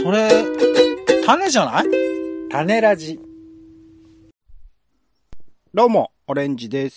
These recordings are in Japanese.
これ、種じゃない？ 種ラジ。どうも、オレンジです。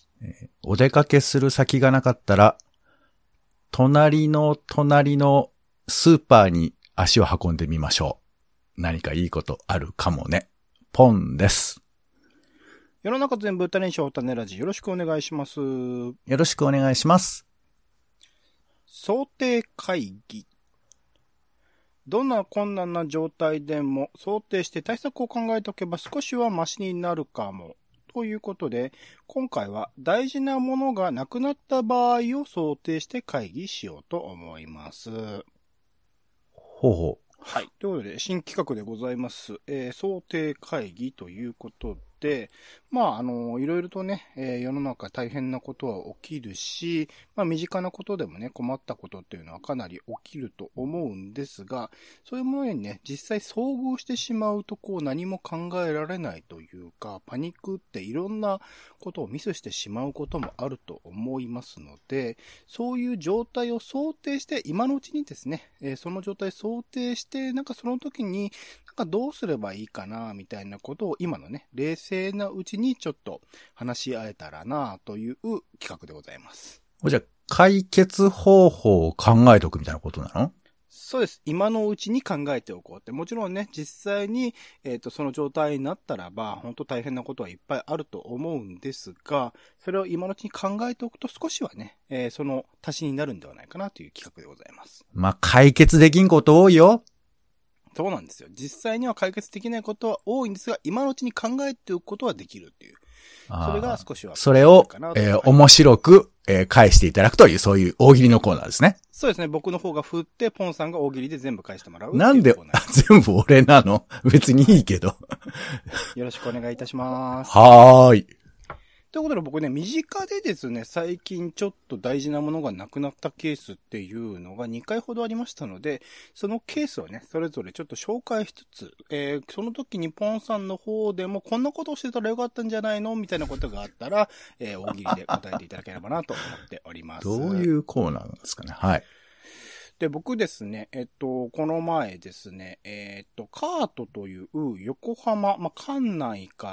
お出かけする先がなかったら、隣のスーパーに足を運んでみましょう。何かいいことあるかもね。ポンです。 世の中全部種にしよう種ラジ。よろしくお願いします。 よろしくお願いします。 想定会議。どんな困難な状態でも想定して対策を考えておけば少しはマシになるかも。ということで、今回は大事なものがなくなった場合を想定して会議しようと思います。 ほうほう。 はい。ということで、新企画でございます。想定会議ということで、いろいろとね、世の中大変なことは起きるし、身近なことでもね、困ったことっていうのはかなり起きると思うんですが、そういうものにね、実際遭遇してしまうと、何も考えられないというか、パニックっていろんなことをミスしてしまうこともあると思いますので、そういう状態を想定して、今のうちにですね、その状態を想定して、その時に、どうすればいいかな、みたいなことを今のね、冷静なうちにちょっと話し合えたらな、という企画でございます。 じゃあ、解決方法を考えておくみたいなことなの？ そうです。今のうちに考えておこうって。もちろんね、実際に、その状態になったらば、本当大変なことはいっぱいあると思うんですが、それを今のうちに考えておくと少しはね、その足しになるんではないかなという企画でございます。 解決できんこと多いよ。 そうなんですよ。実際には解決できないことは多いんですが、今のうちに考えておくことはできるっていう。それが少しは。 それを、面白く、返していただくという、そういう大喜利のコーナーですね。 そうですね。僕の方が振って、ポンさんが大喜利で全部返してもらう。 なんで、全部俺なの？別にいいけど。 よろしくお願いいたします。 はーい。 ということで僕ね、身近でですね、最近ちょっと大事なものがなくなったケースっていうのが2回ほどありましたので、そのケースをね、それぞれちょっと紹介しつつ、その時にポンさんの方でもこんなことをしてたらよかったんじゃないのみたいなことがあったら、大喜利で答えていただければなと思っております。 どういうコーナーなんですかね。はい。 で、僕ですね、この前ですね、カートという横浜、関内から、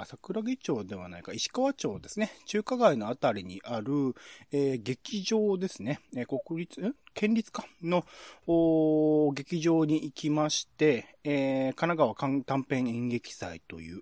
桜木町ではないか、石川町ですね、中華街のあたりにある、劇場ですね、県立かの、劇場に行きまして、神奈川短編演劇祭という、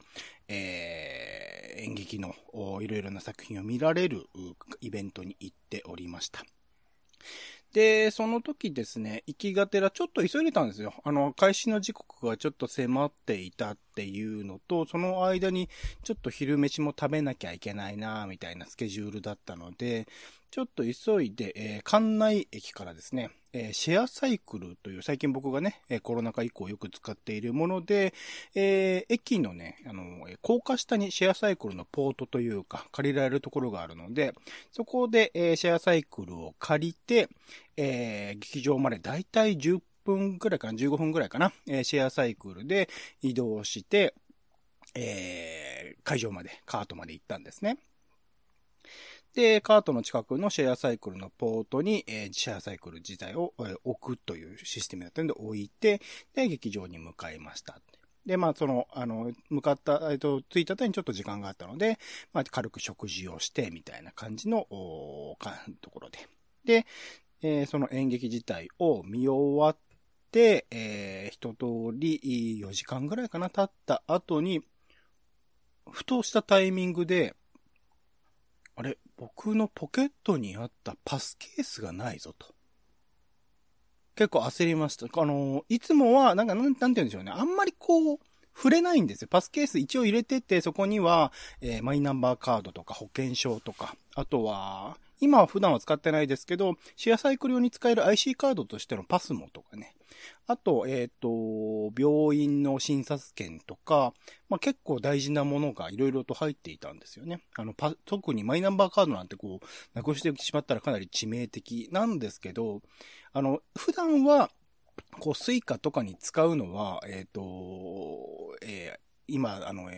演劇のいろいろな作品を見られるイベントに行っておりました。で、その時ですね、行きがてらちょっと急いでたんですよ。開始の時刻がちょっと迫っていたっていうのと、その間にちょっと昼飯も食べなきゃいけないなみたいなスケジュールだったので、ちょっと急いで、関内駅からですね、シェアサイクルという最近僕がね、コロナ禍以降よく使っているもので、駅のね、高架下にシェアサイクルのポートというか借りられるところがあるので、そこで、シェアサイクルを借りて、劇場までだいたい10分くらいかな、15分くらいかな、シェアサイクルで移動して、会場まで、カートまで行ったんですね。で、カートの近くのシェアサイクルのポートに、シェアサイクル自体を、置くというシステムだったので置いて、で、劇場に向かいました。で、向かった、着いた後にちょっと時間があったので、軽く食事をして、みたいな感じの、ところで。で、その演劇自体を見終わって、一通り4時間ぐらいかな経った後に、ふとしたタイミングで、あれ、僕のポケットにあったパスケースがないぞと。結構焦りました。いつもは、なんて言うんでしょうね。あんまり触れないんですよ。パスケース一応入れてて、そこには、マイナンバーカードとか保険証とか、あとは、今は普段は使ってないですけど、シェアサイクル用に使える IC カードとしてのパスモとかね。あと、病院の診察券とか、結構大事なものがいろいろと入っていたんですよね。特にマイナンバーカードなんてなくしてしまったらかなり致命的なんですけど、普段は、スイカとかに使うのは、今、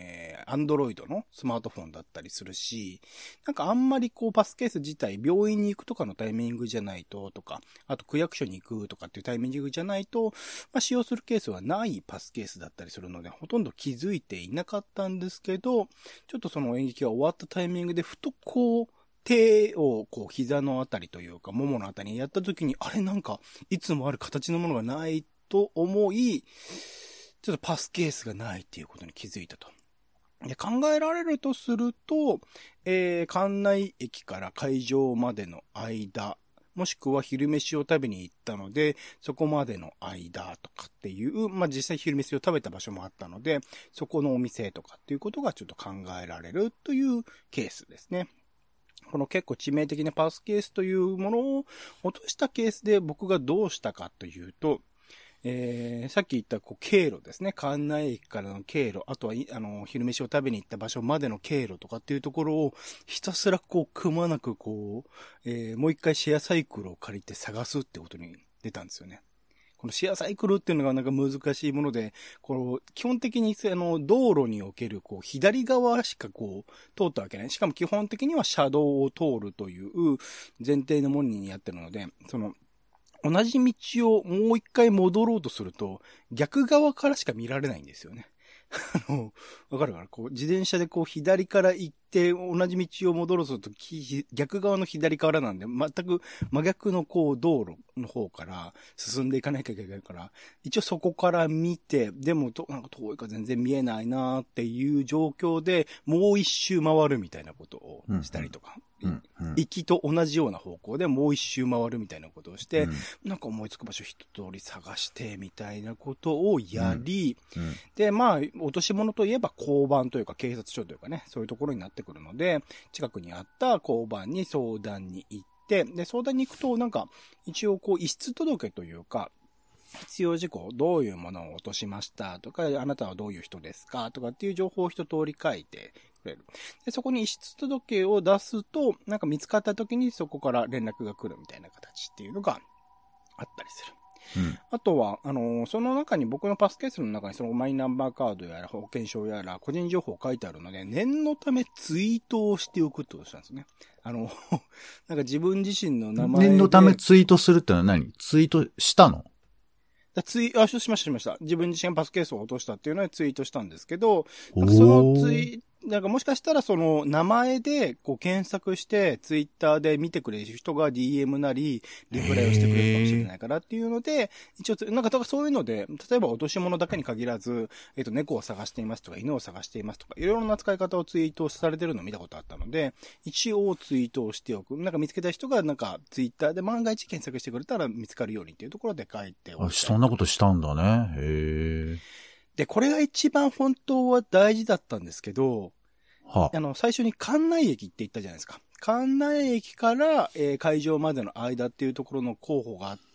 Android のスマートフォンだったりするし、なんかあんまりこうパスケース自体病院に行くとかのタイミングじゃないととか、あと区役所に行くとかっていうタイミングじゃないと、使用するケースはないパスケースだったりするので、ほとんど気づいていなかったんですけど、ちょっとその演劇が終わったタイミングでふとこう、手をこう膝のあたりというか、もものあたりにやった時に、あれなんか、いつもある形のものがないと思い、ちょっとパスケースがないっていうことに気づいたと。で、考えられるとすると、関内駅から会場までの間、もしくは昼飯を食べに行ったので、そこまでの間とかっていう、実際昼飯を食べた場所もあったので、そこのお店とかっていうことがちょっと考えられるというケースですね。この結構致命的なパスケースというものを落としたケースで僕がどうしたかというと、さっき言った経路ですね。関内駅からの経路、あとは昼飯を食べに行った場所までの経路とかっていうところをひたすらくまなくもう一回シェアサイクルを借りて探すってことに出たんですよね。このシェアサイクルっていうのがなんか難しいもので、基本的に道路における左側しか通ったわけね。しかも基本的には車道を通るという前提のものにやってるので、同じ道をもう一回戻ろうとすると、逆側からしか見られないんですよね。わかるかな？自転車で左から行って、同じ道を戻ろうとすると、逆側の左からなんで、全く真逆の道路の方から進んでいかなきゃいけないから、一応そこから見て、でもなんか遠いから全然見えないなっていう状況で、もう一周回るみたいなことをしたりとか。行きと同じような方向でもう一周回るみたいなことをして、なんか思いつく場所一通り探して、みたいなことをやり、で、落とし物といえば交番というか警察署というかね、そういうところになってくるので、近くにあった交番に相談に行って、で、相談に行くと、なんか、一応遺失届というか、必要事項、どういうものを落としましたとか、あなたはどういう人ですかとかっていう情報を一通り書いてくれる。で、そこに遺失届を出すと、なんか見つかった時にそこから連絡が来るみたいな形っていうのがあったりする。あとは、その中に僕のパスケースの中にそのマイナンバーカードやら保険証やら個人情報書いてあるので、念のためツイートをしておくってことしたんですね。なんか自分自身の名前で。 念のためツイートするってのは何？ツイートしたの？ しました。自分自身がパスケースを落としたっていうのでツイートしたんですけど、なんかそのなんかもしかしたらその名前で検索してツイッターで見てくれる人が DM なりリプライをしてくれるかもしれないからっていうので、一応なんかだからそういうので、例えば落とし物だけに限らず、猫を探していますとか犬を探していますとか、いろいろな使い方をツイートされてるのを見たことあったので、一応ツイートをしておく。なんか見つけた人がなんかツイッターで万が一検索してくれたら見つかるようにっていうところで書いておいて。 そんなことしたんだね。へー。 で、これが一番本当は大事だったんですけど、最初に関内駅って言ったじゃないですか。関内駅から、会場までの間っていうところの候補があって、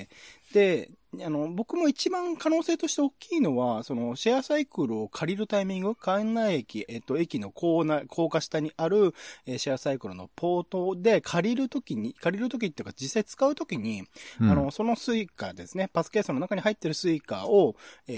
で、僕も一番可能性として大きいのは、そのシェアサイクルを借りるタイミング、関内駅、駅の高架下にある、シェアサイクルのポートで借りるときっていうか実際使うときに、そのスイカですね、パスケースの中に入ってるスイカを、タ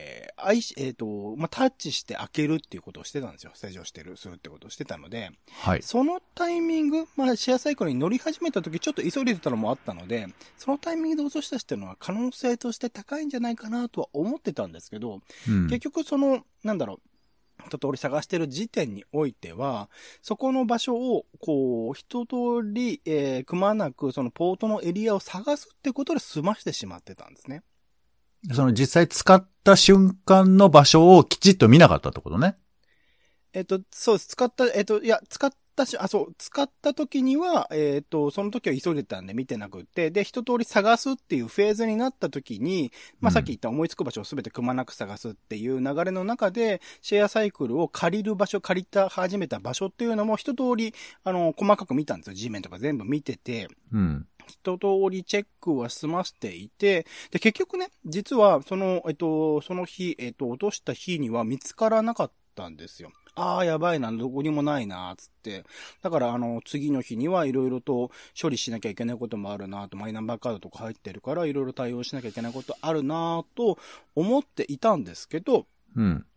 ッチして開けるっていうことをしてたんですよ。施錠するってことをしてたので、 はい。 そのタイミング、シェアサイクルに乗り始めたときちょっと急いでたのもあったので、そのタイミングで落としたっていうのは可能性として高いんじゃないかなとは思ってたんですけど、結局一通り探してる時点においては、そこの場所を、一通り、くまなく、そのポートのエリアを探すってことで済ましてしまってたんですね。 その実際使った瞬間の場所をきちっと見なかったってことね。 そうです。使った時には、その時は急いでたんで見てなくって、で、一通り探すっていうフェーズになった時に、さっき言った思いつく場所をすべてくまなく探すっていう流れの中で、シェアサイクルを借り始めた場所っていうのも一通り、細かく見たんですよ。地面とか全部見てて。一通りチェックは済ませていて、で、結局ね、実は、その日、落とした日には見つからなかったんですよ。やばいな、どこにもないな、つって。だから、次の日にはいろいろと処理しなきゃいけないこともあるな、と、マイナンバーカードとか入ってるから、いろいろ対応しなきゃいけないことあるな、と思っていたんですけど、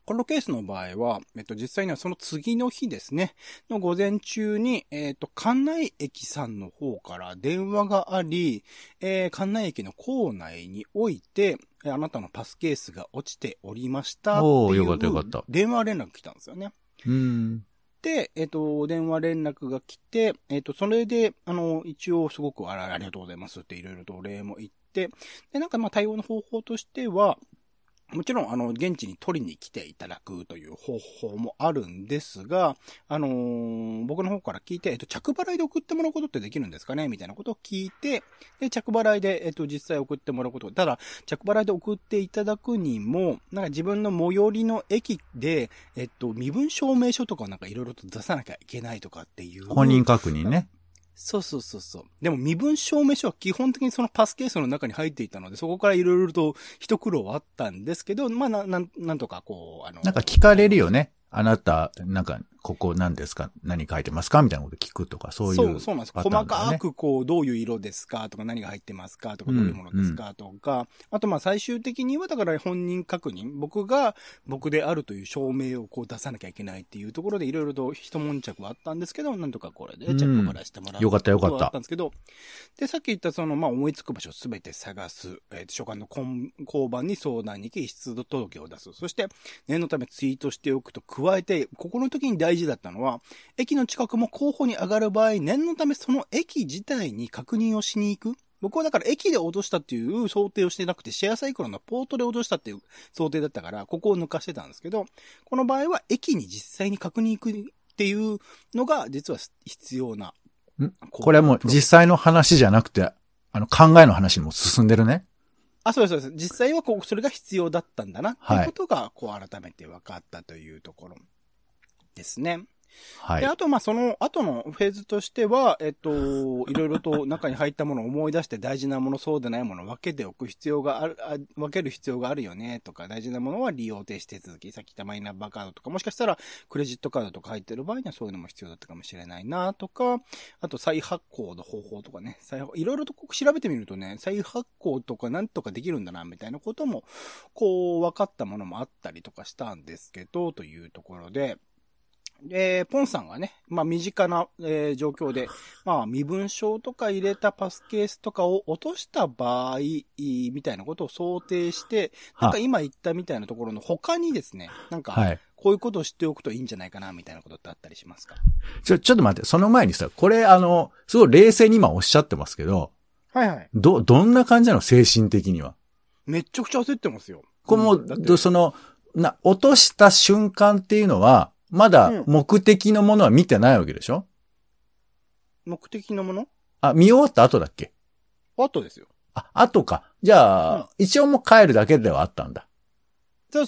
このケースの場合は、実際にはその次の日ですね、の午前中に、関内駅さんの方から電話があり、関内駅の構内において、あなたのパスケースが落ちておりましたっておー、 いうよかったよかった。 電話連絡来たんですよね。で、電話連絡が来て、それで、一応すごくありがとうございますっていろいろとお礼も言って、で、なんかまあ対応の方法としては、もちろん、現地に取りに来ていただくという方法もあるんですが、僕の方から聞いて、着払いで送ってもらうことってできるんですかねみたいなことを聞いて、で、着払いで、実際送ってもらうこと。ただ、着払いで送っていただくにも、なんか自分の最寄りの駅で、身分証明書とかなんかいろいろと出さなきゃいけないとかっていう。 本人確認ね。 そうそうそうそう。でも身分証明書は基本的にそのパスケースの中に入っていたので、そこからいろいろと一苦労はあったんですけど、まあなんとかこう、 なんか聞かれるよね。あなた、なんか、ここ何ですか何書いてますかみたいなこと聞くとか、そういう、 そうなんです。細かくこう、どういう色ですかとか、何が入ってますかとか、どういうものですかとか、あとまあ最終的には、だから本人確認、僕が僕であるという証明をこう出さなきゃいけないっていうところで、いろいろと一悶着はあったんですけど、なんとかこれでチェックからしてもらう。 よかったよかった。 あったんですけど、で、さっき言ったその、まあ思いつく場所をすべて探す、所管の交番に相談に行き、出動届を出す。そして、念のためツイートしておくと加えて、ここの時に大事だったのは、駅の近くも候補に上がる場合、念のためその駅自体に確認をしに行く。僕はだから駅で落としたっていう想定をしてなくて、シェアサイクルのポートで落としたっていう想定だったから、ここを抜かしてたんですけど、この場合は駅に実際に確認行くっていうのが実は必要な。 これはもう実際の話じゃなくて、考えの話にも進んでるね。 あ、そうです、そうです。実際はそれが必要だったんだなっていうことが、改めて分かったというところですね。 はい。 で、あと、まあ、その後のフェーズとしては、いろいろと中に入ったものを思い出して大事なもの、そうでないものを分けておく必要が分ける必要があるよね、とか、大事なものは利用停止手続き、さっき言ったマイナンバーカードとか、もしかしたらクレジットカードとか入ってる場合にはそういうのも必要だったかもしれないな、とか、あと再発行の方法とかね、いろいろと調べてみるとね、再発行とかなんとかできるんだな、みたいなことも、分かったものもあったりとかしたんですけど、というところで、ポンさんがね、まあ身近な、状況で、まあ身分証とか入れたパスケースとかを落とした場合、みたいなことを想定して、なんか今言ったみたいなところの他にですね、なんか、こういうことを知っておくといいんじゃないかな、みたいなことってあったりしますか？ ちょっと待って、その前にさ、これすごい冷静に今おっしゃってますけど、 はいはい。 どんな感じなの精神的には。 めっちゃくちゃ焦ってますよ。 これもう、落とした瞬間っていうのは、まだ目的のものは見てないわけでしょ？ 目的のもの？ 見終わった後だっけ？ 後ですよ。 後か。じゃあ、一応もう帰るだけではあったんだ。 そう。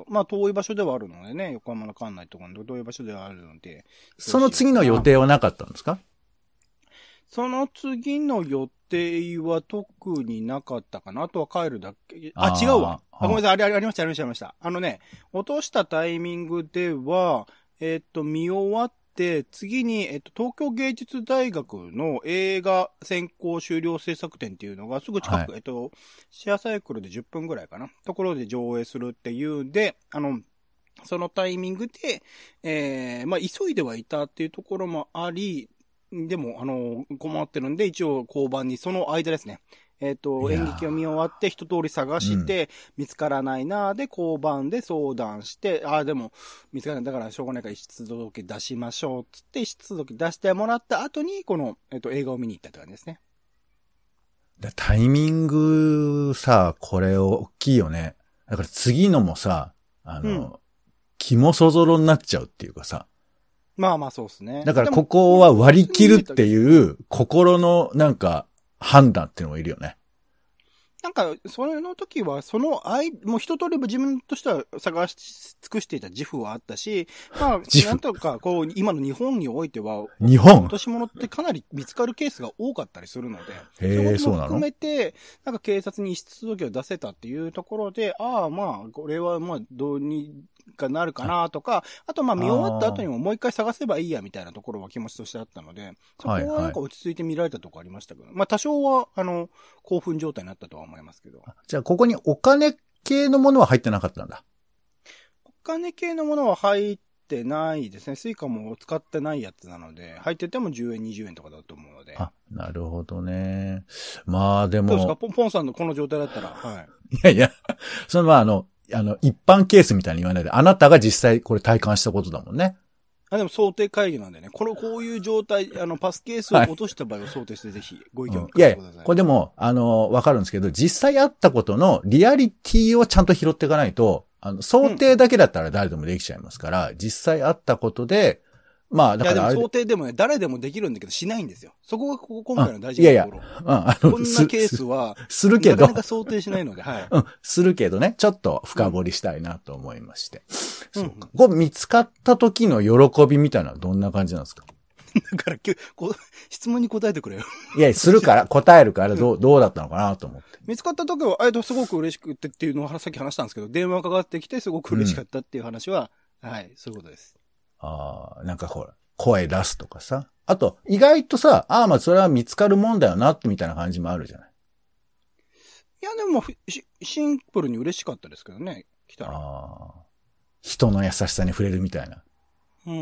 まあ遠い場所ではあるのでね、横浜の館内とかの遠い場所ではあるので。 その次の予定はなかったんですか？ その次の予定は特になかったかな。あとは帰るだけ。違うわ。ごめんなさい。ありました。落としたタイミングでは、見終わって、次に、東京芸術大学の映画専攻修了制作展っていうのがすぐ近く、シェアサイクルで10分ぐらいかな。ところで上映するっていうんで、そのタイミングで、まあ、急いではいたっていうところもあり、でも、困ってるんで、一応、交番に、その間ですね。演劇を見終わって、一通り探して、見つからないなーで、交番で相談して、でも、見つからない。だから、しょうがないから、遺失届出しましょう。つって、遺失届出してもらった後に、この、映画を見に行ったって感じですね。 タイミングさ、これ大きいよね。だから次のもさ、気もそぞろになっちゃうっていうかさ。 まあそうですね。 だからここは割り切るっていう心のなんか判断っていうのもいるよね。 なんか、それの時は、もう一通り自分としては探し尽くしていた自負はあったし、まあ、なんとか、今の日本においては、落とし物ってかなり見つかるケースが多かったりするので、そういうことも含めて、なんか警察に遺失届を出せたっていうところで、まあ、これはまあ、どうにかなるかなとか、あとまあ見終わった後にももう一回探せばいいやみたいなところは気持ちとしてあったので、そこはなんか落ち着いて見られたとこありましたけど、まあ多少は、興奮状態になったとは思いますけど。 じゃあここにお金系のものは入ってなかったんだ。 お金系のものは入ってないですね。スイカも使ってないやつなので、入ってても10円、20円とかだと思うので。 あ、なるほどね。まあでも。 どうですかポンさんのこの状態だったら。はい。 いやいや、そのまあ一般ケースみたいに言わないで、あなたが実際これ体感したことだもんね。 でも想定会議なんでね。こういう状態、パスケースを落とした場合を想定してぜひご意見をください。 いやいや、これでも、わかるんですけど、実際あったことのリアリティをちゃんと拾っていかないと、想定だけだったら誰でもできちゃいますから、実際あったことで、まあ、だからいや、でも想定でもね、誰でもできるんだけど、しないんですよ。そこが今回の大事なところ。こんなケースは、 するけど。 なかなか想定しないので、はい。 するけどね、ちょっと深掘りしたいなと思いまして。そうか。こう見つかった時の喜びみたいなのはどんな感じなんですか？ だから質問に答えてくれよ。 いや、するから、答えるから、どうだったのかなと思って。 見つかった時は、すごく嬉しくてっていうのをさっき話したんですけど、電話かかってきてすごく嬉しかったっていう話は、はい、そういうことです。 なんかほら、声出すとかさ。あと、意外とさ、まあそれは見つかるもんだよな、みたいな感じもあるじゃない。 いや、でもシンプルに嬉しかったですけどね、来たら。 人の優しさに触れるみたいな。 うん。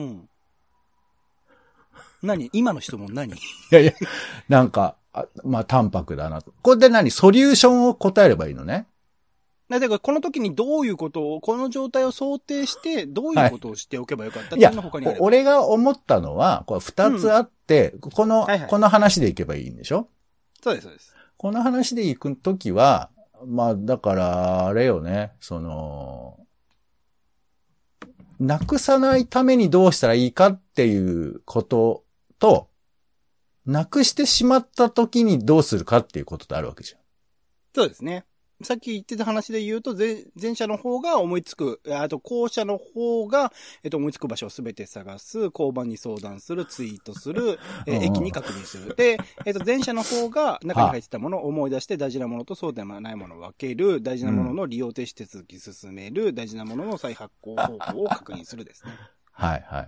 今の質問何？ いやいや、なんか、まあ淡白だなと。これでソリューションを答えればいいのね。 だからこの時にどういうことを、この状態を想定して、どういうことをしておけばよかったっていうの他にあれば。 俺が思ったのは、これ二つあって、この話でいけばいいんでしょ？ そうです、そうです。 この話で行くときは、まあ、だから、あれよね、なくさないためにどうしたらいいかっていうことと、なくしてしまった時にどうするかっていうこととあるわけじゃん。 そうですね。さっき言ってた話で言うと、前者の方が思いつく、あと後者の方が、思いつく場所をすべて探す、交番に相談する、ツイートする、駅に確認する。で、前者の方が中に入ってたものを思い出して大事なものとそうではないものを分ける、大事なものの利用停止手続き進める、大事なものの再発行方法を確認するですね。 はいはい。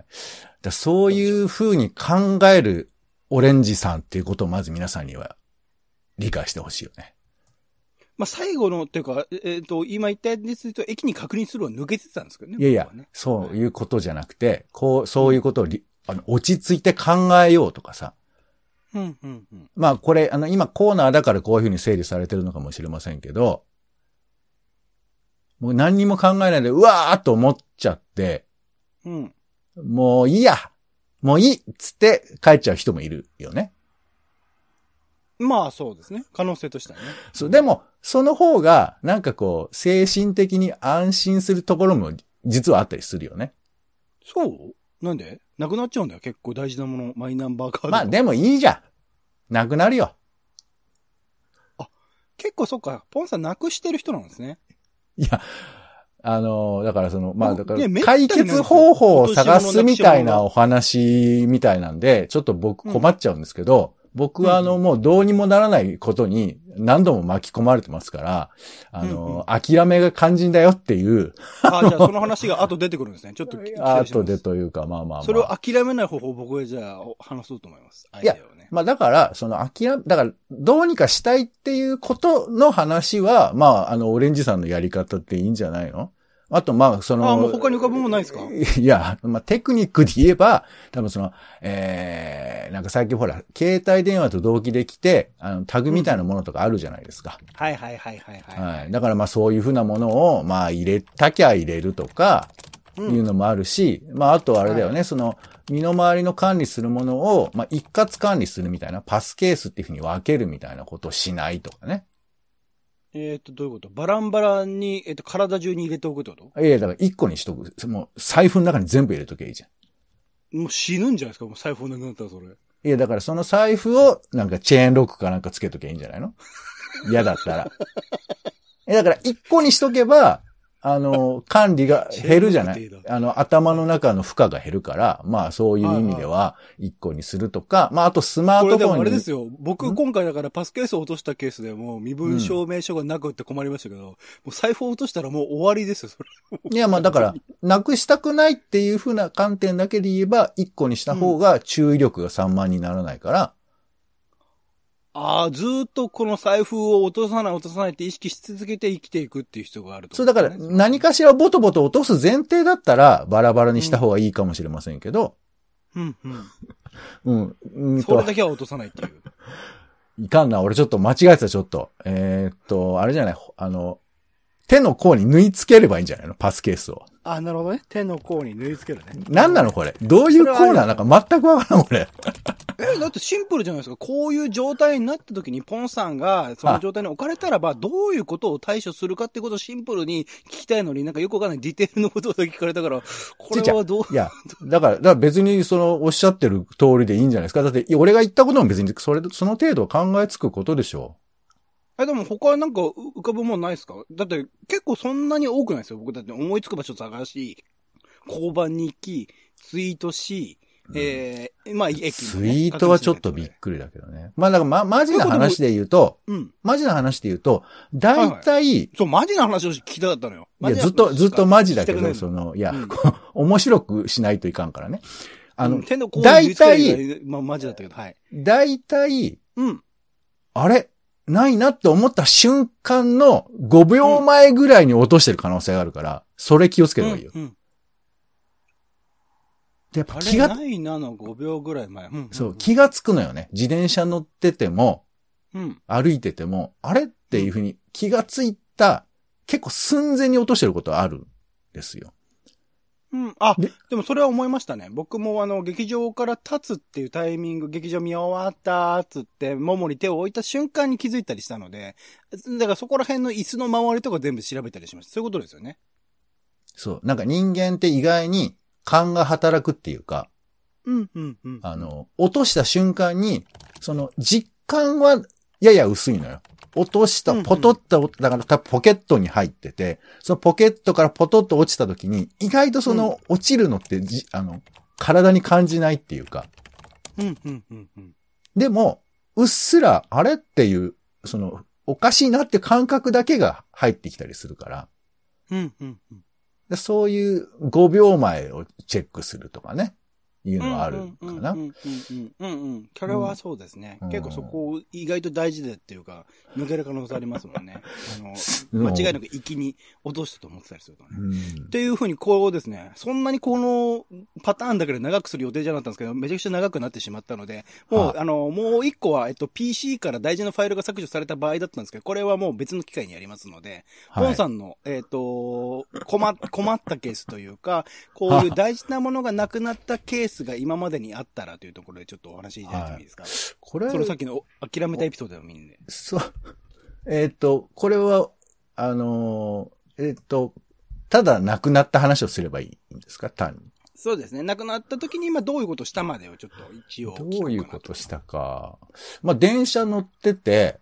そういう風に考えるオレンジさんっていうことをまず皆さんには理解してほしいよね。 まあ、最後の、っていうか、今言ったやつについて駅に確認するは抜けてたんですけどね。 いやいや、ね、そういうことじゃなくて、そういうことを落ち着いて考えようとかさ。まあ、これ、今コーナーだからこういうふうに整理されてるのかもしれませんけど、もう何にも考えないで、うわーっと思っちゃって、もういいやもういいっつって帰っちゃう人もいるよね。 まあそうですね。可能性としてはね。 そう、でも、その方が、なんかこう、精神的に安心するところも、実はあったりするよね。 そうなんでなくなっちゃうんだよ。結構大事なもの、マイナンバーカード。 まあでもいいじゃん。なくなるよ。 結構そっか、ポンさんなくしてる人なんですね。 いや、だからまあだから、解決方法を探すみたいなお話みたいなんで、ちょっと僕困っちゃうんですけど、僕はもうどうにもならないことに何度も巻き込まれてますから、諦めが肝心だよっていう。 じゃあその話が後出てくるんですね。ちょっと後でというか、まあ。 それを諦めない方法を僕はじゃあ話そうと思います。 いや、まあだから、だから、どうにかしたいっていうことの話は、まあ、オレンジさんのやり方っていいんじゃないの？あと、まあ、 もう他に浮かぶもんないですか？ いや、まあ、テクニックで言えば、多分なんか最近ほら、携帯電話と同期できて、タグみたいなものとかあるじゃないですか。 はい。 だからまあ、そういうふうなものを、まあ、入れたきゃ入れるとか、いうのもあるし、まあ、あとあれだよね、身の回りの管理するものを、まあ、一括管理するみたいな、パスケースっていうふうに分けるみたいなことをしないとかね。 どういうこと？バランバランに、体中に入れておくってこと？ いや、だから一個にしとく。もう、財布の中に全部入れとけばいいじゃん。もう死ぬんじゃないですか？もう財布なくなったらそれ。 いや、だからその財布を、なんかチェーンロックかなんかつけとけばいいんじゃないの？嫌だったら。だから一個にしとけば、管理が減るじゃない？頭の中の負荷が減るから、まあそういう意味では、一個にするとか、まああとスマートフォンに。 これでもあれですよ。僕今回だからパスケースを落としたケースでも身分証明書がなくって困りましたけど、もう財布を落としたらもう終わりですよ、それ。 いやまあだから、なくしたくないっていう風な観点だけで言えば、一個にした方が注意力が散漫にならないから、まあそういう意味では、 うん。 一個にしとく。もう財布を落としたらもう終わりですよ、それ。いやまあだから、なくしたくないっていう風な観点だけで言えば、一個にした方が注意力が散漫にならないから、まあそういう意味では、 ずーっとこの財布を落とさないって意識し続けて生きていくっていう人があると、 そう、だから何かしらボトボト落とす前提だったらバラバラにした方がいいかもしれませんけど。 うんうん。それだけは落とさないっていう。 いかんな、俺ちょっと間違えてた、ちょっと。あれじゃない、手の甲に縫い付ければいいんじゃないの？パスケースを。 なるほどね。手の甲に縫い付けるね。 なんなのこれ？どういうコーナーなんか全くわからん、俺。 だってシンプルじゃないですか。こういう状態になった時にポンさんがその状態に置かれたらば、どういうことを対処するかってことをシンプルに聞きたいのに、なんかよくわかんないディテールのことを聞かれたから、これはどう？ いや、だから別におっしゃってる通りでいいんじゃないですか。だって、俺が言ったことも別にその程度考えつくことでしょう。 でも他はなんか浮かぶもんないですか？だって結構そんなに多くないですよ。僕だって思いつく場所探し、交番に行き、ツイートし、駅の、ね、 ツイートはちょっとびっくりだけどね。だからマジな話で言うと、マジな話で言うと、大体、 そう、マジな話を聞きたかったのよ。 いや、ずっとマジだけど、面白くしないといかんからね。大体、 マジだったけど、はい。 大体、あれないなって思った瞬間の5秒前ぐらいに落としてる可能性があるから、それ気をつけた方がいいよ。で、やっぱないなの5秒ぐらい前。 そう、気がつくのよね。自転車乗ってても、歩いてても、あれっていうふうに気がついた、結構寸前に落としてることあるんですよ。 でもそれは思いましたね。僕も劇場から立つっていうタイミング、劇場見終わったつって、ももに手を置いた瞬間に気づいたりしたので、だからそこら辺の椅子の周りとか全部調べたりしました。そういうことですよね。 そう。なんか人間って意外に勘が働くっていうか、落とした瞬間に、実感はやや薄いのよ。落とした、ポトッと、だから多分ポケットに入ってて、そのポケットからポトッと落ちた時に、意外と落ちるのって体に感じないっていうか。でも、うっすら、あれっていう、おかしいなって感覚だけが入ってきたりするから。そういう5秒前をチェックするとかね。いうのはあるかな。 それはそうですね。結構そこ意外と大事でっていうか、抜ける可能性ありますもんね。間違いなく息に落としたと思ってたりするとね。っていうふうにこうですね、そんなにこのパターンだけで長くする予定じゃなかったんですけど、めちゃくちゃ長くなってしまったので、もう、もう一個は、PC から大事なファイルが削除された場合だったんですけど、これはもう別の機会にやりますので、ポンさんの、困ったケースというか、こういう大事なものがなくなったケースが今までにあったらというところでちょっとお話しいただいてもいいですか？これそのさっきの諦めたエピソードでもいいんで。 そう。これは、ただ亡くなった話をすればいいんですか？単に。 そうですね。亡くなった時に今どういうことしたまでをちょっと一応。 どういうことしたか。電車乗ってて、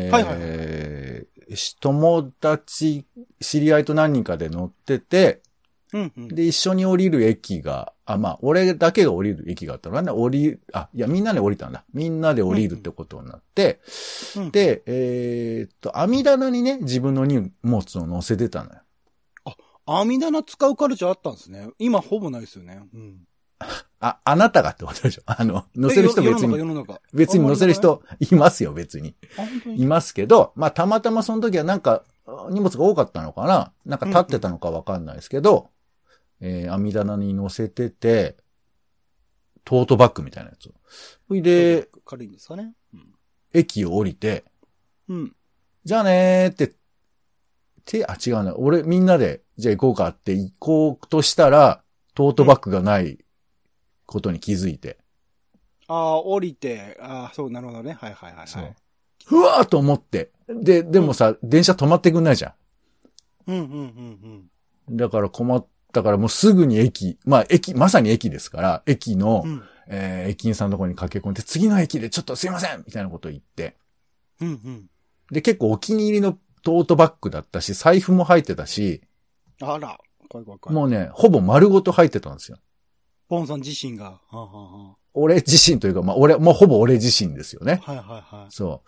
友達、知り合いと何人かで乗ってて、で、一緒に降りる駅が、俺だけが降りる駅があったのね。みんなで降りたんだ。みんなで降りるってことになって、で、網棚にね、自分の荷物を乗せてたのよ。 網棚使うカルチャーあったんですね。今ほぼないですよね。 あなたがってことでしょ？乗せる人別に乗せる人いますよ、別に。いますけど、たまたまその時はなんか、荷物が多かったのかな？なんか立ってたのかわかんないですけど、網棚に乗せてて、トートバッグみたいなやつを。それで、 軽いんですかね。 駅を降りて、じゃあねーって、違うな。みんなで、じゃあ行こうかって行こうとしたら、トートバッグがないことに気づいて。 降りて、そう、なるほどね。はい。そう。 うわーと思って。でもさ、電車止まってくんないじゃん。だから困ったからもうすぐにまさに駅ですから、駅の、駅員さんのところに駆け込んで、次の駅でちょっとすいませんみたいなことを言って。で、結構お気に入りのトートバッグだったし、財布も入ってたし。 あら、怖い。 もうね、ほぼ丸ごと入ってたんですよ。 ポンさん自身が。 俺自身というか、もうほぼ俺自身ですよね。そう。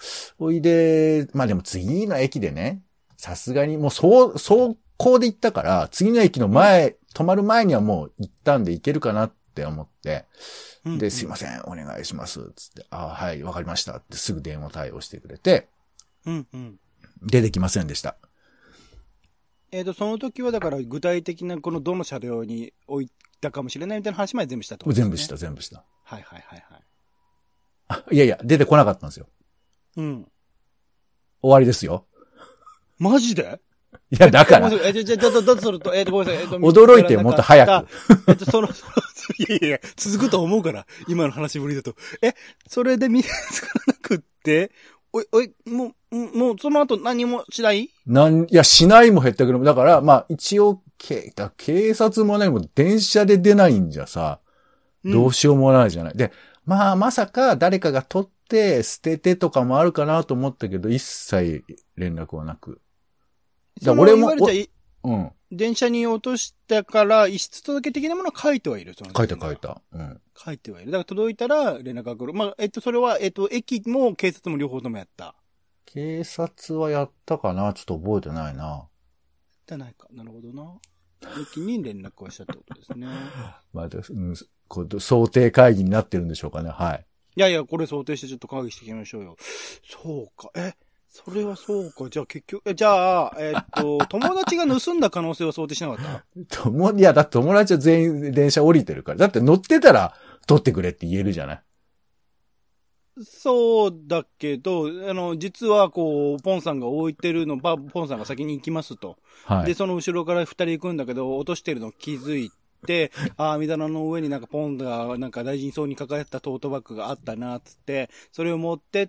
おいで、でも次の駅でね、さすがにもう走行で行ったから、次の駅の止まる前にはもう行ったんで行けるかなっって思って、 うんで、すいません、お願いします。つって、はい、わかりました。ってすぐ電話対応してくれて、 うんうん。 出てきませんでした。 その時はだから具体的なこのどの車両に置いたかもしれないみたいな話まで全部したってことですね。 全部した。 はいはいはいはい。 いやいや、出てこなかったんですよ。 うん。 終わりですよ。 マジで？ いや、だから。 だとすると、ごめんなさい。 驚いてもっと早く。 いや、続くと思うから、今の話ぶりだと。それで見つからなくって、もう、その後何もしない？ いや、しないも減ったけど、だから、まあ、一応、警察も何も電車で出ないんじゃさ、どうしようもないじゃない。で、まあ、まさか誰かが取って捨ててとかもあるかなと思ったけど、一切連絡はなく。 俺も、 うん。 電車に落としたから、遺失届的なものは書いてはいる。 書いた。うん。 書いてはいる。だから届いたら連絡が来る。まあ、それは、駅も警察も両方ともやった。 警察はやったかな？ちょっと覚えてないな。 じゃないか。なるほどな。駅に連絡をしたってことですね。 まあ、想定会議になってるんでしょうかね。はい。 いや、これ想定してちょっと会議していきましょうよ。そうか。それはそうか。じゃあ結局、友達が盗んだ可能性は想定しなかったいや、だって友達は全員電車降りてるから。だって乗ってたら取ってくれって言えるじゃない。 そうだけど、実はこう、ポンさんが置いてるの、ポンさんが先に行きますと。はい。で、その後ろから二人行くんだけど、落としてるの気づいて、網棚の上になんかポンがなんか大事そうに抱えたトートバッグがあったな、つって、それを持ってって、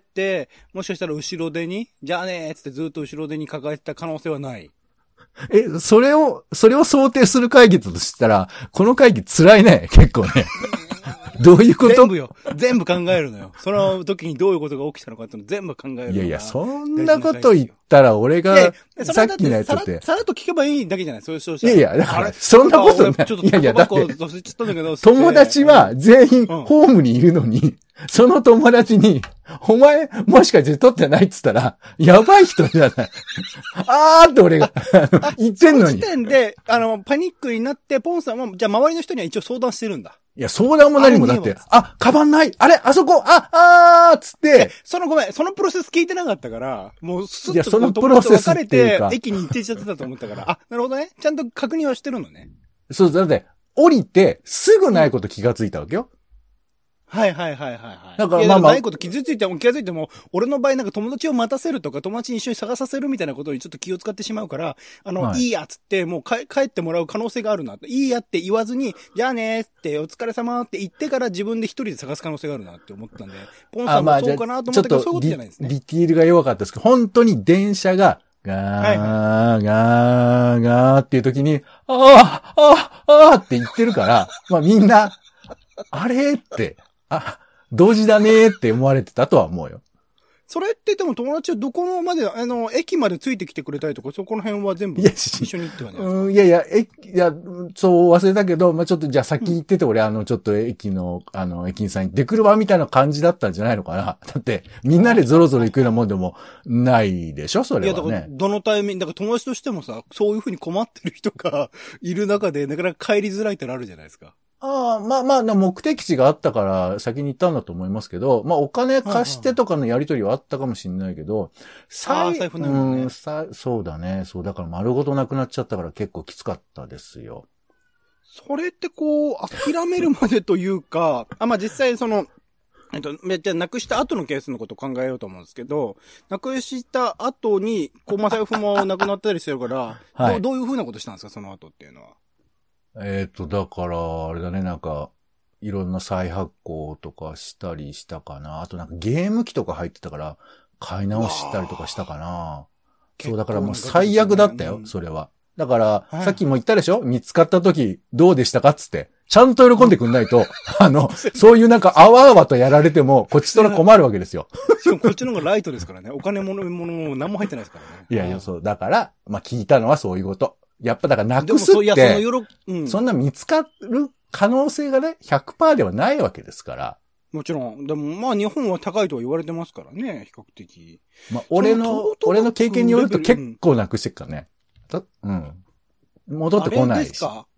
もしかしたら後ろ手に、じゃあねーつってずっと後ろ手に抱えてた可能性はない。 それを想定する会議だとしたら、この会議辛いね、結構ね。どういうこと？ 全部考えるのよ。その時にどういうことが起きたのかっての全部考えるの。 いや、そんなこと言ったら俺が、さっきのやつって。 さらっと聞けばいいだけじゃない？そういう人いや、だから、そんなことない。いや、だって、友達は全員ホームにいるのに、その友達に、お前、もしかして撮ってないって言ったら、やばい人じゃない。って俺が、言ってんのに。その時点で、パニックになって、ポンさんは、じゃあ周りの人には一応相談してるんだ。 いや、相談も何もだって、カバンないあそこつって。 そのプロセス聞いてなかったから、もうすっとそのプロセス別れて、駅に行ってちゃってたと思ったから、なるほどね。ちゃんと確認はしてるのね。 そう、だって、降りて、すぐないこと気がついたわけよ。 はい。だからないこと気づいても、俺の場合なんか友達を待たせるとか、友達に一緒に探させるみたいなことにちょっと気を使ってしまうから、いいやっつって、もう帰ってもらう可能性があるな。いいやって言わずに、じゃあねーって、お疲れ様って言ってから自分で一人で探す可能性があるなって思ったんで、ポンさんもそうかなと思ったけど、そういうことじゃないですね。 ディティールが弱かったですけど、本当に電車が、ガーっていう時に、って言ってるから、まあみんな、あれって、同時だねーって思われてたとは思うよ。 それってでも友達はどこまで、駅までついてきてくれたりとか、そこの辺は全部一緒に行ってはね。 いや、そう忘れたけど、まあ、ちょっとじゃあ先行ってて、俺ちょっと駅の、駅員さんに出くるわみたいな感じだったんじゃないのかな。だって、みんなでゾロゾロ行くようなもんでもないでしょ、それはね。いや、だから、 どのタイミング、だから友達としてもさ、そういう風に困ってる人がいる中で、なかなか帰りづらいってのあるじゃないですか。 まあ、目的地があったから先に行ったんだと思いますけど、まあお金貸してとかのやりとりはあったかもしれないけど、 財布なのね。 そうだね。そう、だから丸ごとなくなっちゃったから結構きつかったですよ。 それってこう、諦めるまでというか、まあ実際その、じゃあ、なくした後のケースのことを考えようと思うんですけど、なくした後に、財布もなくなったりしてるから、はい、どういう風なことしたんですか、その後っていうのは。 だから、あれだね、なんか、いろんな再発行とかしたりしたかな。あとなんかゲーム機とか入ってたから、買い直したりとかしたかな。そう、だからもう最悪だったよ、それは。だから、さっきも言ったでしょ？見つかった時、どうでしたかっつって。ちゃんと喜んでくんないと、そういうなんか、あわあわとやられても、こっちとら困るわけですよ。 しかもこっちの方がライトですからね。お金も何も入ってないですからね。 いや、そう。だから、まあ聞いたのはそういうこと。やっぱだからなくすって、そんな見つかる可能性がね、100% ではないわけですから。 もちろん。でもまあ日本は高いとは言われてますからね、比較的。 まあ俺の経験によると結構なくしてっからね。戻ってこないし。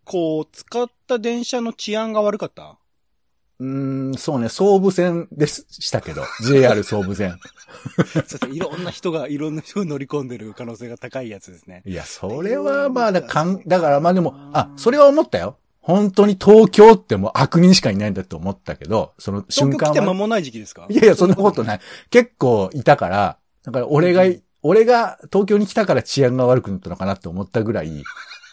こう、使った電車の治安が悪かった？ そうね、総武線でしたけど、JR 総武線。 そうそう、いろんな人が乗り込んでる可能性が高いやつですね。 いや、それはまあ、だからまあでも、それは思ったよ。本当に東京ってもう悪人しかいないんだと思ったけど、その瞬間は。 東京来て間もない時期ですか？ いやいや、そんなことない。結構いたから、だから俺が東京に来たから治安が悪くなったのかなって思ったぐらい。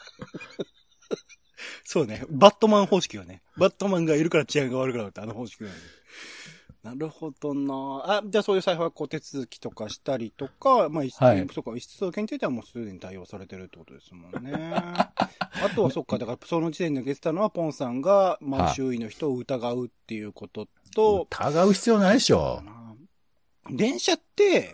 そうね。バットマン方式はね。バットマンがいるから治安が悪くなるって方式なんで。なるほどな。じゃあそういう際はこう手続きとかしたりとか、まあ、 はい、 そうか、一室についてはもうすでに対応されてるってことですもんね。あとはそっか、だからその時点で出てたのはポンさんが、まあ周囲の人を疑うっていうことと。 疑う必要ないでしょ。 電車って、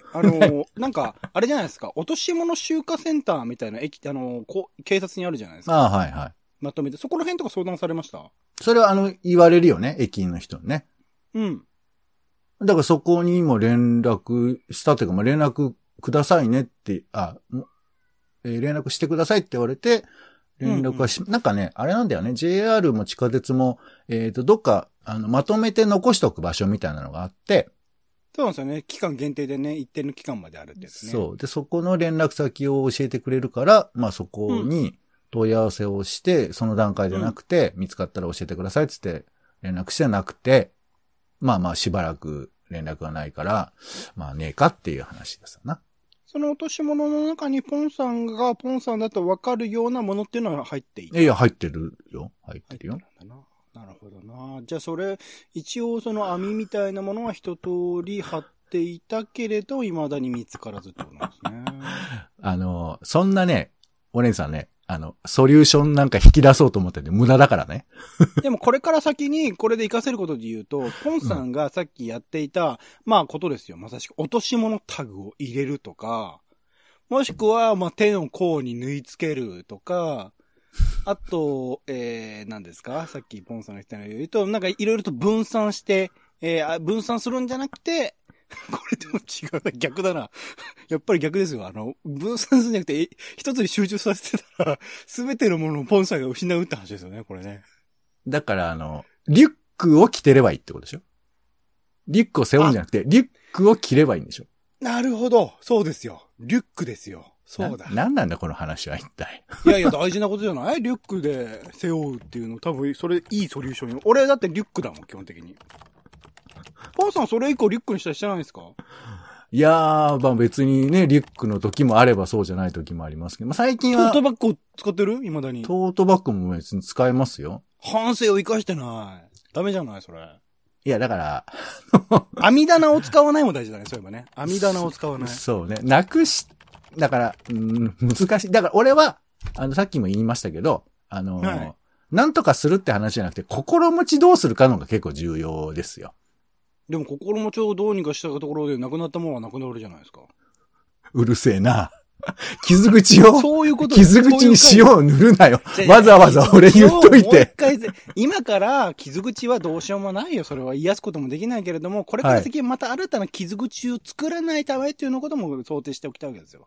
なんか、あれじゃないですか、落とし物集荷センターみたいな駅、警察にあるじゃないですか。 はいはい。 まとめて、そこら辺とか相談されました？ それは言われるよね、駅員の人にね。 うん。 だからそこにも連絡したというか、まあ、連絡くださいねって、連絡してくださいって言われて、連絡はなんかね、あれなんだよね、JR も地下鉄も、どっか、まとめて残しておく場所みたいなのがあって、 そうなんですよね。期間限定でね、一定の期間まであるんですね。 そう。で、そこの連絡先を教えてくれるから、まあそこに問い合わせをして、その段階でなくて、見つかったら教えてくださいって言って連絡してなくて、まあしばらく連絡がないから、まあねえかっていう話ですな。 その落とし物の中にポンさんがポンさんだと分かるようなものっていうのは入っていた？ いや、入ってるよ。入ってるよ。 なるほどな。じゃあそれ、一応その網みたいなものは一通り張っていたけれど、未だに見つからずってことなんですね。 そんなね、お姉さんね、ソリューションなんか引き出そうと思ってて無駄だからね。 でもこれから先にこれで活かせることで言うと、ポンさんがさっきやっていた、まあことですよ。まさしく落とし物タグを入れるとか、もしくは、まあ手の甲に縫い付けるとか、あと、何ですか？さっきポンさんが言ったのを言うと、なんかいろいろと分散して、分散するんじゃなくて、これでも違うな、逆だな。やっぱり逆ですよ。分散するんじゃなくて、一つに集中させてたら、すべてのものをポンさんが失うって話ですよね、これね。 だからリュックを着てればいいってことでしょ？リュックを背負うんじゃなくて、リュックを着ればいいんでしょ？ なるほど。そうですよ。リュックですよ。そうだ。 なんなんだこの話は一体。 いやいや、大事なことじゃないリュックで背負うっていうの、多分、それいいソリューションよ。俺だってリュックだもん、基本的に。ポンさんそれ以降リュックにしたりしてないんですか？ いやー、まあ別にね、リュックの時もあればそうじゃない時もありますけど、まあ最近は。 トートバッグを使ってる？未だに。 トートバッグも別に使えますよ。 反省を生かしてない。ダメじゃないそれ。 いや、だから。 網棚を使わないも大事だね、そういえばね。網棚を使わない。 そうね。だから、難しい。だから俺は、さっきも言いましたけど、はい、なんとかするって話じゃなくて、心持ちどうするかのが結構重要ですよ。 でも心持ちをどうにかしたところでなくなったものはなくなるじゃないですか。 うるせえな。傷口を、 そういうこと傷口に塩を塗るなよ。わざわざ俺言っといて。 今から傷口はどうしようもないよ。それは癒すこともできないけれども、これから先また新たな傷口を作らないためっていうのことも想定しておきたいわけですよ。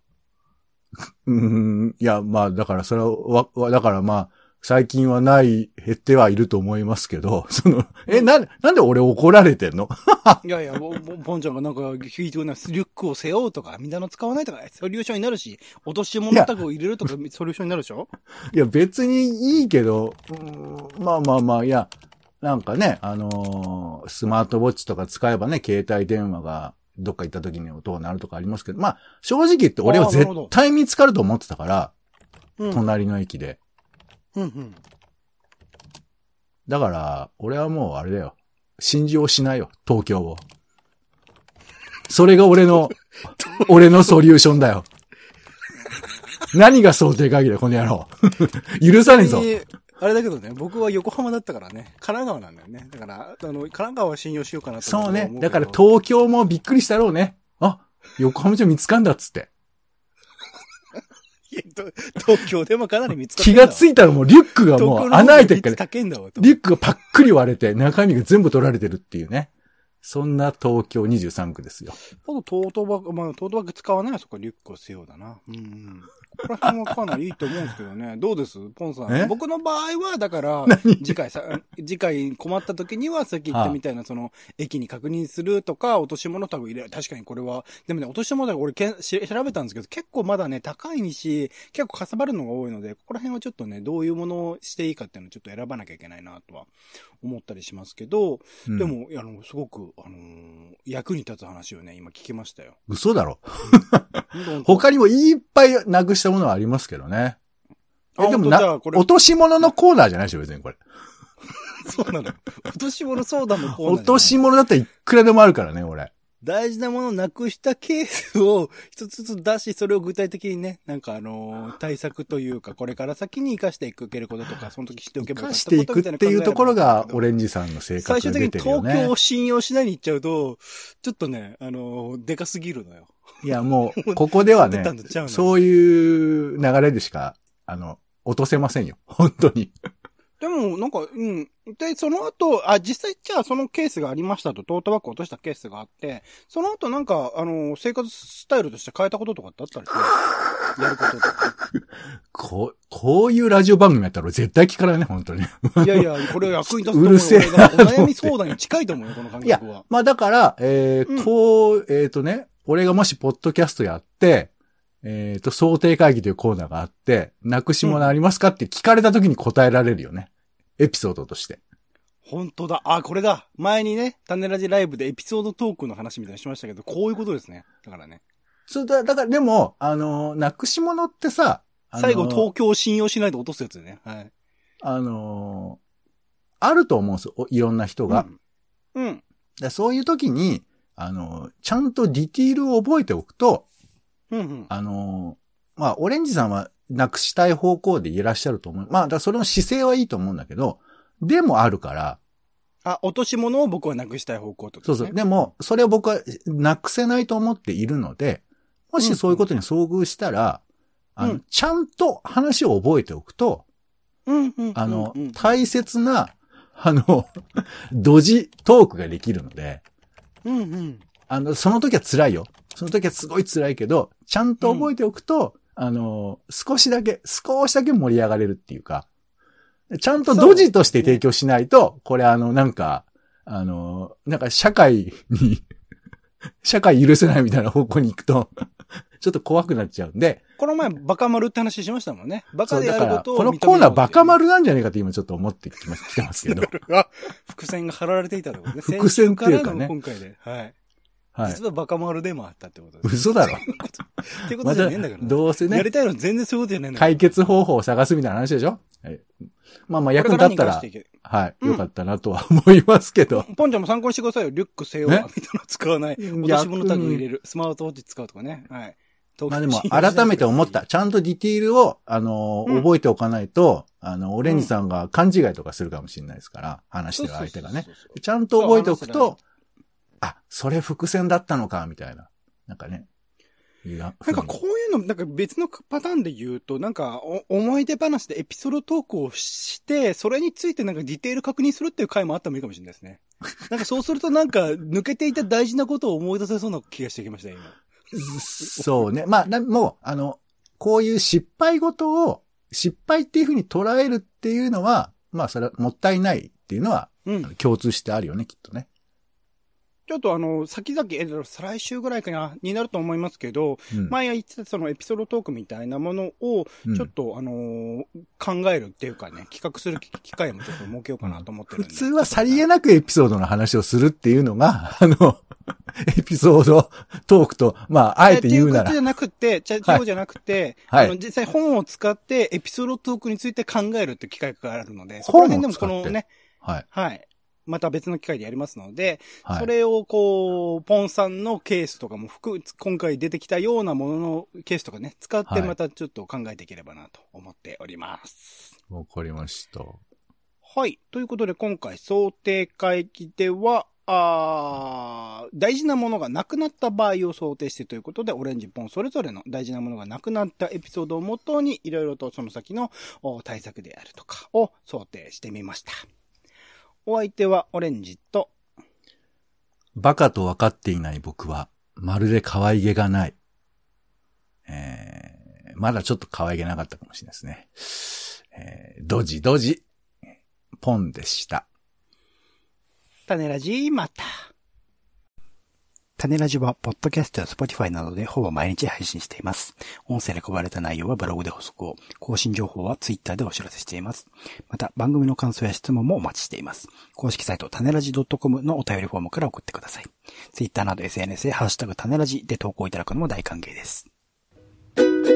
いや、まあ、だからそれは、だからまあ、最近は減ってはいると思いますけど、なんで俺怒られてんの？ いやいや、ポンちゃんがなんか、聞いてくれない、リュックを背負うとか、みんなの使わないとか、ソリューションになるし、落とし物タグを入れるとか、ソリューションになるでしょ？ いや、別にいいけど、まあ、いや、なんかね、スマートウォッチとか使えばね、携帯電話がどっか行った時に音が鳴るとかありますけど、まあ、正直言って俺は絶対見つかると思ってたから、隣の駅で。だから、俺はもうあれだよ。信用しないよ、東京を。それが俺のソリューションだよ。何が想定会議だよ、この野郎。許さねえぞ。 あれだけどね、僕は横浜だったからね、神奈川なんだよね。だから、神奈川は信用しようかなと思う。 そうね。だから東京もびっくりしたろうね。あ、横浜じゃ見つかんだっつって。 東京でもかなり見つかった。 気がついたらもうリュックがもう穴開いてるから。リュックがパックリ割れて中身が全部取られてるっていうね。 そんな東京23区ですよ。 あとトートバッグ、まあトートバッグ使わないそこリュックを背負うだな。うん。ここら辺はかなりいいと思うんですけどね。どうですポンさん。僕の場合は、だから、次回困った時にはさっき言ったみたいな、その、駅に確認するとか、落とし物タグ入れる。確かにこれは、でもね、落とし物タグ俺調べたんですけど、結構まだね、高いし、結構かさばるのが多いので、ここら辺はちょっとね、どういうものをしていいかっていうのをちょっと選ばなきゃいけないなとは思ったりしますけど、でも、すごく、役に立つ話をね、今聞きましたよ。 嘘だろ。他にもいっぱいなくしたものはありますけどね。でも落とし物のコーナーじゃないでしょ、別にこれ。 そうなの。落とし物相談のコーナー。 落とし物だったらいくらでもあるからね、俺。 大事なものをなくしたケースを一つずつ出し、それを具体的にね、なんか対策というか、これから先に活かしていけることとか、その時知っておけばよかったことみたいな。 活かしていくっていうところが、オレンジさんの性格が出てるよね。 最終的に東京を信用しないに行っちゃうと、ちょっとね、でかすぎるのよ。 いや、もう、ここではね、そういう流れでしか、落とせませんよ。本当に。 でも、なんか、で、その後、実際じゃあそのケースがありましたと、トートバッグ落としたケースがあって、その後なんか、生活スタイルとして変えたこととかってあったりする？やることとか。 こういうラジオ番組やったら絶対聞かないね、本当に。 いやいや、これを役に立つと思う。 うるせえな。 お悩み相談に近いと思うよ、この感覚は。 いや、まあだから、俺がもしポッドキャストやって、想定会議というコーナーがあって、なくし物ありますかって聞かれた時に答えられるよね。エピソードとして。 本当だ。これだ。前にね、種ラジライブでエピソードトークの話みたいにしましたけど、こういうことですね。だからね。 だからでも、なくし物ってさ、 最後東京を信用しないと落とすやつね。はい。 あると思うんですよ。いろんな人が。 うん。 そういう時に、ちゃんとディティールを覚えておくと、まあ、オレンジさんはなくしたい方向でいらっしゃると思う。まあ、だからそれの姿勢はいいと思うんだけど、でもあるから。 落とし物を僕はなくしたい方向と、ね。 そうそう。でも、それを僕はなくせないと思っているので、もしそういうことに遭遇したら、ちゃんと話を覚えておくと、大切な、ドジトークができるので、その時は辛いよ。その時はすごい辛いけど、ちゃんと覚えておくと、少しだけ盛り上がれるっていうか、ちゃんとドジとして提供しないと、これなんか社会許せないみたいな方向に行くと、ちょっと怖くなっちゃうんで。 この前バカ丸って話しましたもんね。バカでやることをこのコーナーバカ丸なんじゃねえかって今ちょっと思ってきてますけど。 伏線が張られていたってことね。 伏線っていうかね。 今回で。はい。 はい。 実はバカ丸でもあったってことです。 嘘だろ。 っていうことじゃねえんだから。 どうせね。 やりたいの全然そういうことじゃねえんだから。 解決方法を探すみたいな話でしょ。はい。まあ役に立ったら、はい。よかったなとは思いますけど。 ポンちゃんも参考にしてくださいよ。リュック背負うみたいなの使わない。落とし物タグ入れる。スマートウォッチ使うとかね。はい。 まあでも、改めて思った。ちゃんとディティールを、覚えておかないと、オレンジさんが勘違いとかするかもしれないですから、話してる相手がね。ちゃんと覚えておくと、それ伏線だったのか、みたいな。なんかね。 なんかこういうの、なんか別のパターンで言うと、なんか思い出話でエピソードトークをして、それについてなんかディテール確認するっていう回もあったもいいかもしれないですね。なんかそうするとなんか抜けていた大事なことを思い出せそうな気がしてきました、今。 そうね。まあ、もう、こういう失敗っていうふうに捉えるっていうのは、まあ、それはもったいないっていうのは、共通してあるよね、きっとね。 ちょっと先々、再来週ぐらいかな、になると思いますけど、前言ってたそのエピソードトークみたいなものを、ちょっと考えるっていうかね、企画する機会もちょっと設けようかなと思ってるんで。 普通はさりげなくエピソードの話をするっていうのが、エピソードトークと、まあ、あえて言うなら。 っていうことじゃなくて、そうじゃなくて、実際本を使ってエピソードトークについて考えるって機会があるので、そこら辺でもこのね、はい。また別の機会でやりますので、それをポンさんのケースとかも今回出てきたようなもののケースとかね、使ってまたちょっと考えていければなと思っております。 わかりました。 はい。ということで今回想定会議では、大事なものがなくなった場合を想定してということで、オレンジポンそれぞれの大事なものがなくなったエピソードをもとに、いろいろとその先の対策であるとかを想定してみました。お相手はオレンジと、 バカと分かっていない僕は、まるで可愛げがない。まだちょっと可愛げなかったかもしれないですね。ドジ、ポンでした。 種ラジまた。種ラジは、ポッドキャストや Spotify などでほぼ毎日配信しています。音声で配られた内容はブログで補足を、更新情報は Twitter でお知らせしています。また、番組の感想や質問もお待ちしています。公式サイト、種ラジ .com のお便りフォームから送ってください。Twitter など SNS でハッシュタグ種ラジで投稿いただくのも大歓迎です。